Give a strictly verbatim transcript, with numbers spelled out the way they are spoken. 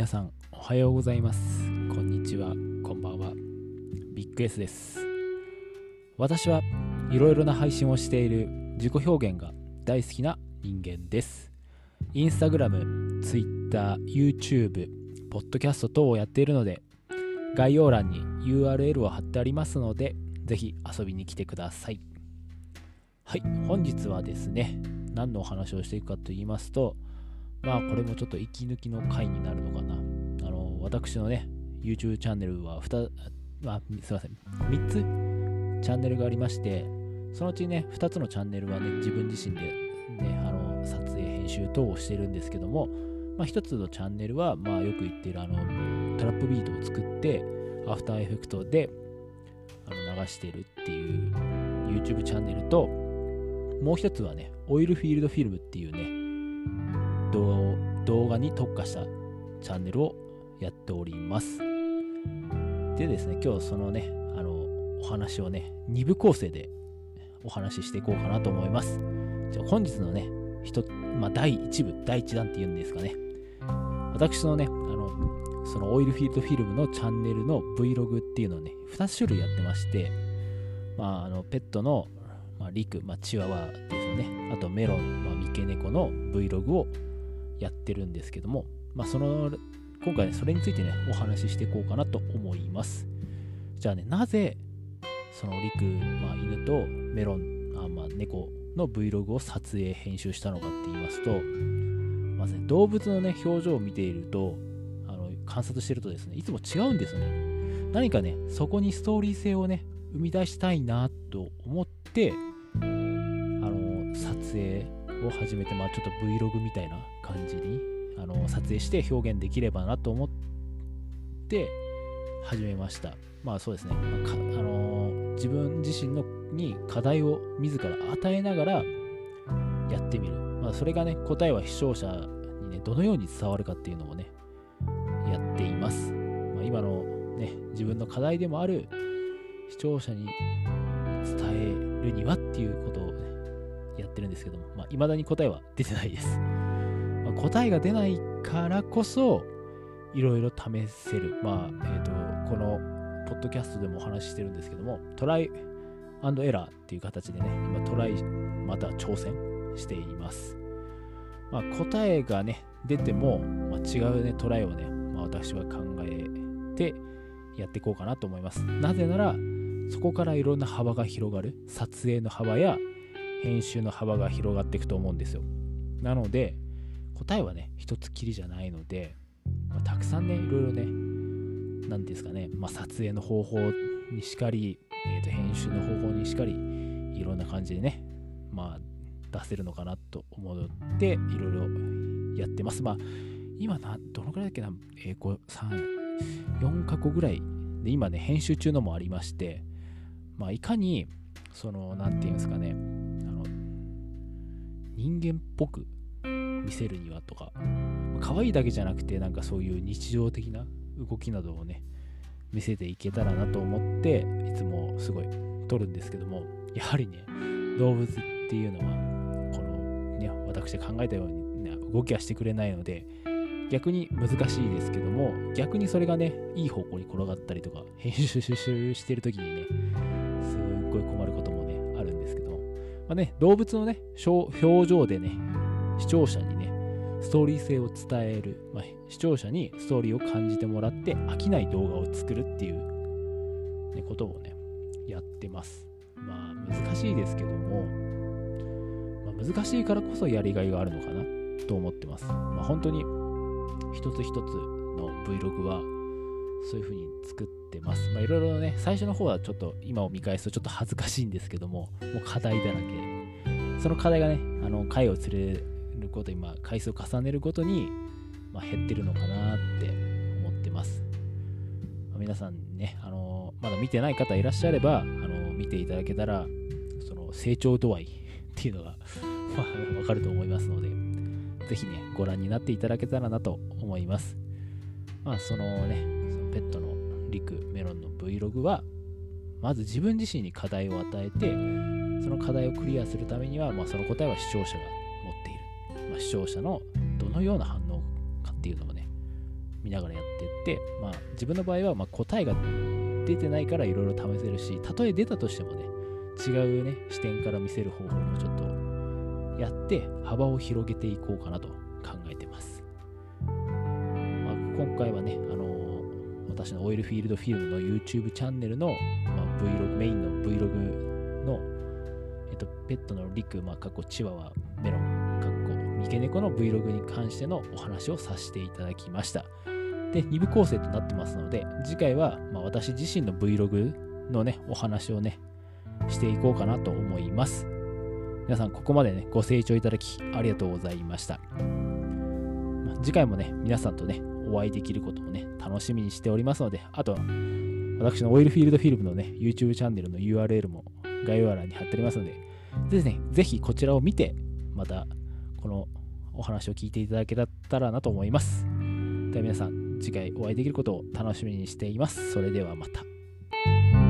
皆さんおはようございます。こんにちは、こんばんは。ビッグ S です。私はいろいろな配信をしている自己表現が大好きな人間です。インスタグラム、ツイッター、YouTube、ポッドキャスト等をやっているので、概要欄に ユーアールエル を貼ってありますので、ぜひ遊びに来てください。はい、本日はですね、何のお話をしていくかと言いますと、まあこれもちょっと息抜きの回になるのかな。あの私のね YouTube チャンネルは2、まあ、すいませんみっつチャンネルがありまして、そのうちねふたつのチャンネルはね自分自身でねあの撮影編集等をしてるんですけども、まあ、ひとつのチャンネルはまあよく言っているあのトラップビートを作ってアフターエフェクトであの流してるっていう YouTube チャンネルと、もう一つはねオイルフィールドフィルムっていうね動画に特化したチャンネルをやっております。でですね、今日そのねあのお話をねに部構成でお話ししていこうかなと思います。じゃあ本日のね一、まあ、だいいち部だいいちだんっていうんですかね、私のねあのそのオイルフィールドフィルムのチャンネルの Vlog っていうのをねふたつ種類やってまして、まあ、あのペットの、まあ、リク、まあ、チワワですよね、あとメロン、まあ、三毛猫の Vlog をやってるんですけども、まあ、その今回ねそれについてねお話ししていこうかなと思います。じゃあね、なぜそのリク、まあ、犬とメロン、あ、まあ、猫の Vlog を撮影編集したのかって言いますと、まずね動物のね表情を見ているとあの観察してるとですねいつも違うんですね。何かねそこにストーリー性をね生み出したいなと思ってあの撮影を始めて、まあ、ちょっと Vlog みたいな感じにあの撮影して表現できればなと思って始めました。まあそうですね、まあかあのー、自分自身のに課題を自ら与えながらやってみる、まあ、それがね答えは視聴者にねどのように伝わるかっていうのをねやっています。まあ、今のね自分の課題でもある視聴者に伝えるにはっていうことを、ね、やってるんですけども、まあ、未だに答えは出てないです。まあ、答えが出ないからこそいろいろ試せる、まあえーと、このポッドキャストでもお話ししてるんですけども、トライアンドエラーっていう形でね今トライまたは挑戦しています。まあ、答えがね出ても、まあ、違うねトライをね、まあ、私は考えてやっていこうかなと思います。なぜならそこからいろんな幅が広がる、撮影の幅や編集の幅が広がっていくと思うんですよ。なので答えはね一つきりじゃないので、まあ、たくさんねいろいろね何ですかね、まあ、撮影の方法にしかり、えー、と編集の方法にしかりいろんな感じでねまあ出せるのかなと思っていろいろやってます。まあ今などのくらいだっけな、えー、こうさん、よんかこぐらいで今ね編集中のもありまして、まあいかにそのなんていうんですかね、あの人間っぽく見せるにはとか、可愛いだけじゃなくてなんかそういう日常的な動きなどをね見せていけたらなと思っていつもすごい撮るんですけども、やはりね動物っていうのはこのね私が考えたように、ね、動きはしてくれないので逆に難しいですけども、逆にそれがねいい方向に転がったりとか編集してる時にねすっごい困ることもねあるんですけども、まあね動物のね表情でね視聴者にねストーリー性を伝える、まあ、視聴者にストーリーを感じてもらって飽きない動画を作るっていう、ね、ことをねやってます。まあ難しいですけども、まあ、難しいからこそやりがいがあるのかなと思ってます。まあ、本当に一つ一つの Vlog はそういう風に作ってます。まあいろいろね最初の方はちょっと今を見返すとちょっと恥ずかしいんですけども、もう課題だらけ。その課題がねあの回を連れること今回数を重ねるごとに、まあ、減ってるのかなって思ってます。まあ、皆さんねあのまだ見てない方いらっしゃればあの見ていただけたらその成長度合いっていうのがまあ分かると思いますので、ぜひねご覧になっていただけたらなと思います。まあそのねそのペットのリクメロンの Vlog はまず自分自身に課題を与えて、その課題をクリアするためには、まあ、その答えは視聴者が持っている、まあ、視聴者のどのような反応かっていうのをね見ながらやっていって、まあ、自分の場合はまあ答えが出てないからいろいろ試せるし、たとえ出たとしてもね、違うね視点から見せる方法もちょっとやって幅を広げていこうかなと考えてます。まあ、今回はね、あのー、私のオイルフィールドフィルムの YouTube チャンネルの、まあ、Vlog、メインの Vlog の、えっと、ペットのリク、まあ、かっこチワワ、メロン、かっこ三毛猫の Vlog に関してのお話をさせていただきました。で、に部構成となってますので、次回は、まあ、私自身の Vlog のね、お話をね、していこうかなと思います。皆さん、ここまでね、ご清聴いただきありがとうございました。まあ、次回もね、皆さんとね、お会いできることをね、楽しみにしておりますので、あとは、私のオイルフィールドフィルムのね、YouTube チャンネルの ユーアールエル も概要欄に貼ってありますので、ぜひね、ぜひこちらを見て、また、このお話を聞いていただけたらなと思います。では皆さん、次回お会いできることを楽しみにしています。それではまた。